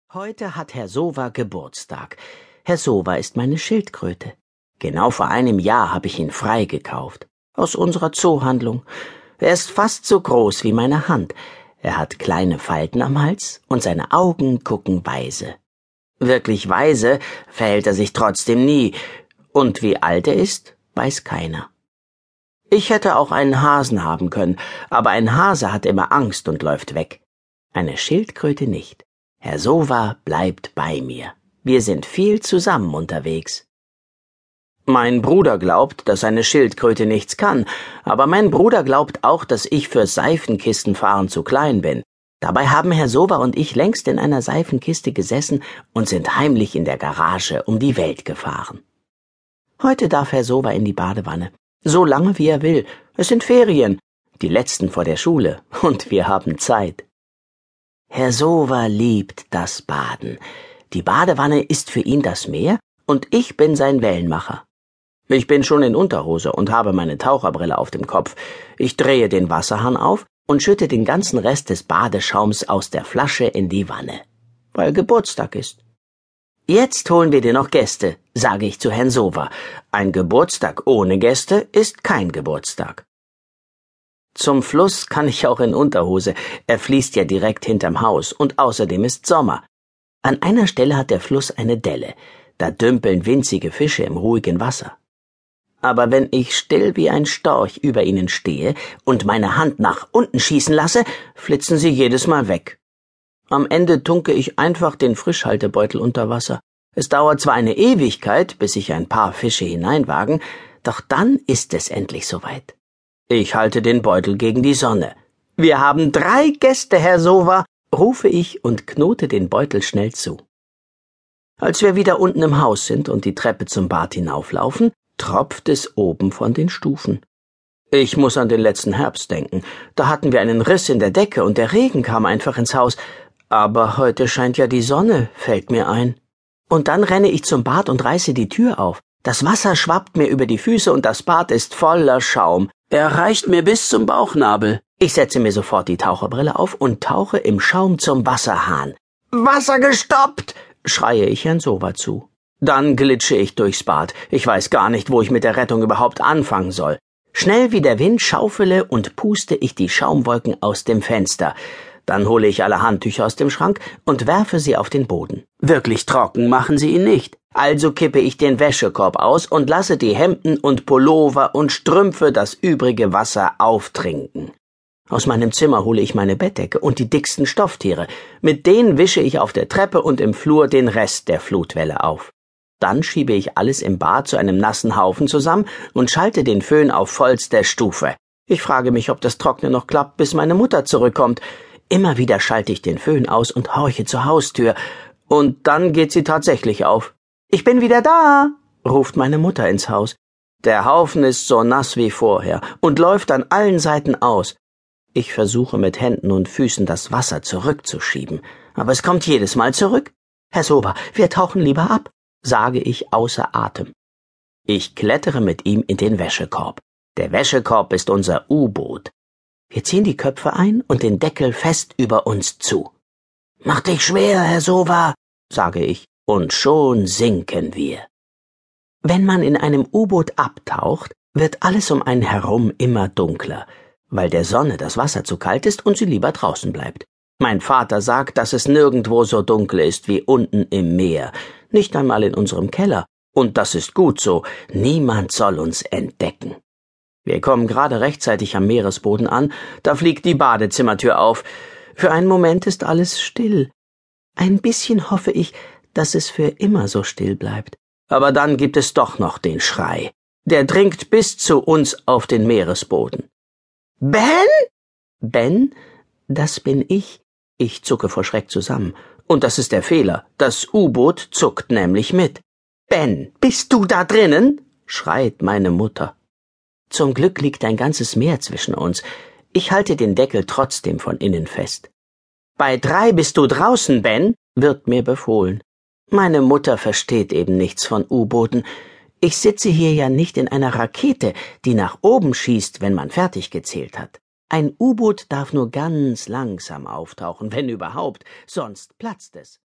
Heute hat Herr Sowa Geburtstag. Herr Sowa ist meine Schildkröte. Genau vor einem Jahr habe ich ihn freigekauft. Aus unserer Zoohandlung. Er ist fast so groß wie meine Hand. Er hat kleine Falten am Hals und seine Augen gucken weise. Wirklich weise verhält er sich trotzdem nie. Und wie alt er ist, weiß keiner. Ich hätte auch einen Hasen haben können, aber ein Hase hat immer Angst und läuft weg. Eine Schildkröte nicht. Herr Sowa bleibt bei mir. Wir sind viel zusammen unterwegs. Mein Bruder glaubt, dass eine Schildkröte nichts kann, aber mein Bruder glaubt auch, dass ich für Seifenkistenfahren zu klein bin. Dabei haben Herr Sowa und ich längst in einer Seifenkiste gesessen und sind heimlich in der Garage um die Welt gefahren. Heute darf Herr Sowa in die Badewanne. So lange wie er will. Es sind Ferien, die letzten vor der Schule, und wir haben Zeit. Herr Sowa liebt das Baden. Die Badewanne ist für ihn das Meer und ich bin sein Wellenmacher. Ich bin schon in Unterhose und habe meine Taucherbrille auf dem Kopf. Ich drehe den Wasserhahn auf und schütte den ganzen Rest des Badeschaums aus der Flasche in die Wanne, weil Geburtstag ist. Jetzt holen wir dir noch Gäste, sage ich zu Herrn Sowa. Ein Geburtstag ohne Gäste ist kein Geburtstag. Zum Fluss kann ich auch in Unterhose. Er fließt ja direkt hinterm Haus und außerdem ist Sommer. An einer Stelle hat der Fluss eine Delle. Da dümpeln winzige Fische im ruhigen Wasser. Aber wenn ich still wie ein Storch über ihnen stehe und meine Hand nach unten schießen lasse, flitzen sie jedes Mal weg. Am Ende tunke ich einfach den Frischhaltebeutel unter Wasser. Es dauert zwar eine Ewigkeit, bis sich ein paar Fische hineinwagen, doch dann ist es endlich soweit. Ich halte den Beutel gegen die Sonne. Wir haben 3 Gäste, Herr Sowa, rufe ich und knote den Beutel schnell zu. Als wir wieder unten im Haus sind und die Treppe zum Bad hinauflaufen, tropft es oben von den Stufen. Ich muss an den letzten Herbst denken. Da hatten wir einen Riss in der Decke und der Regen kam einfach ins Haus. Aber heute scheint ja die Sonne, fällt mir ein. Und dann renne ich zum Bad und reiße die Tür auf. Das Wasser schwappt mir über die Füße und das Bad ist voller Schaum. Er reicht mir bis zum Bauchnabel. Ich setze mir sofort die Taucherbrille auf und tauche im Schaum zum Wasserhahn. Wasser gestoppt! Schreie ich Herrn Sowa zu. Dann glitsche ich durchs Bad. Ich weiß gar nicht, wo ich mit der Rettung überhaupt anfangen soll. Schnell wie der Wind schaufele und puste ich die Schaumwolken aus dem Fenster. Dann hole ich alle Handtücher aus dem Schrank und werfe sie auf den Boden. Wirklich trocken machen sie ihn nicht. Also kippe ich den Wäschekorb aus und lasse die Hemden und Pullover und Strümpfe das übrige Wasser auftrinken. Aus meinem Zimmer hole ich meine Bettdecke und die dicksten Stofftiere. Mit denen wische ich auf der Treppe und im Flur den Rest der Flutwelle auf. Dann schiebe ich alles im Bad zu einem nassen Haufen zusammen und schalte den Föhn auf vollster Stufe. Ich frage mich, ob das Trocknen noch klappt, bis meine Mutter zurückkommt. Immer wieder schalte ich den Föhn aus und horche zur Haustür. Und dann geht sie tatsächlich auf. »Ich bin wieder da«, ruft meine Mutter ins Haus. Der Haufen ist so nass wie vorher und läuft an allen Seiten aus. Ich versuche mit Händen und Füßen das Wasser zurückzuschieben, aber es kommt jedes Mal zurück. »Herr Sowa, wir tauchen lieber ab«, sage ich außer Atem. Ich klettere mit ihm in den Wäschekorb. Der Wäschekorb ist unser U-Boot. Wir ziehen die Köpfe ein und den Deckel fest über uns zu. »Mach dich schwer, Herr Sowa«, sage ich, und schon sinken wir. Wenn man in einem U-Boot abtaucht, wird alles um einen herum immer dunkler, weil der Sonne das Wasser zu kalt ist und sie lieber draußen bleibt. Mein Vater sagt, dass es nirgendwo so dunkel ist wie unten im Meer, nicht einmal in unserem Keller. Und das ist gut so, niemand soll uns entdecken. Wir kommen gerade rechtzeitig am Meeresboden an, da fliegt die Badezimmertür auf. Für einen Moment ist alles still. Ein bisschen hoffe ich, dass es für immer so still bleibt. Aber dann gibt es doch noch den Schrei. Der dringt bis zu uns auf den Meeresboden. »Ben?« »Ben, das bin ich.« Ich zucke vor Schreck zusammen. Und das ist der Fehler. Das U-Boot zuckt nämlich mit. »Ben, bist du da drinnen?« schreit meine Mutter. Zum Glück liegt ein ganzes Meer zwischen uns. Ich halte den Deckel trotzdem von innen fest. »Bei 3 bist du draußen, Ben«, wird mir befohlen. Meine Mutter versteht eben nichts von U-Booten. Ich sitze hier ja nicht in einer Rakete, die nach oben schießt, wenn man fertig gezählt hat. Ein U-Boot darf nur ganz langsam auftauchen, wenn überhaupt, sonst platzt es.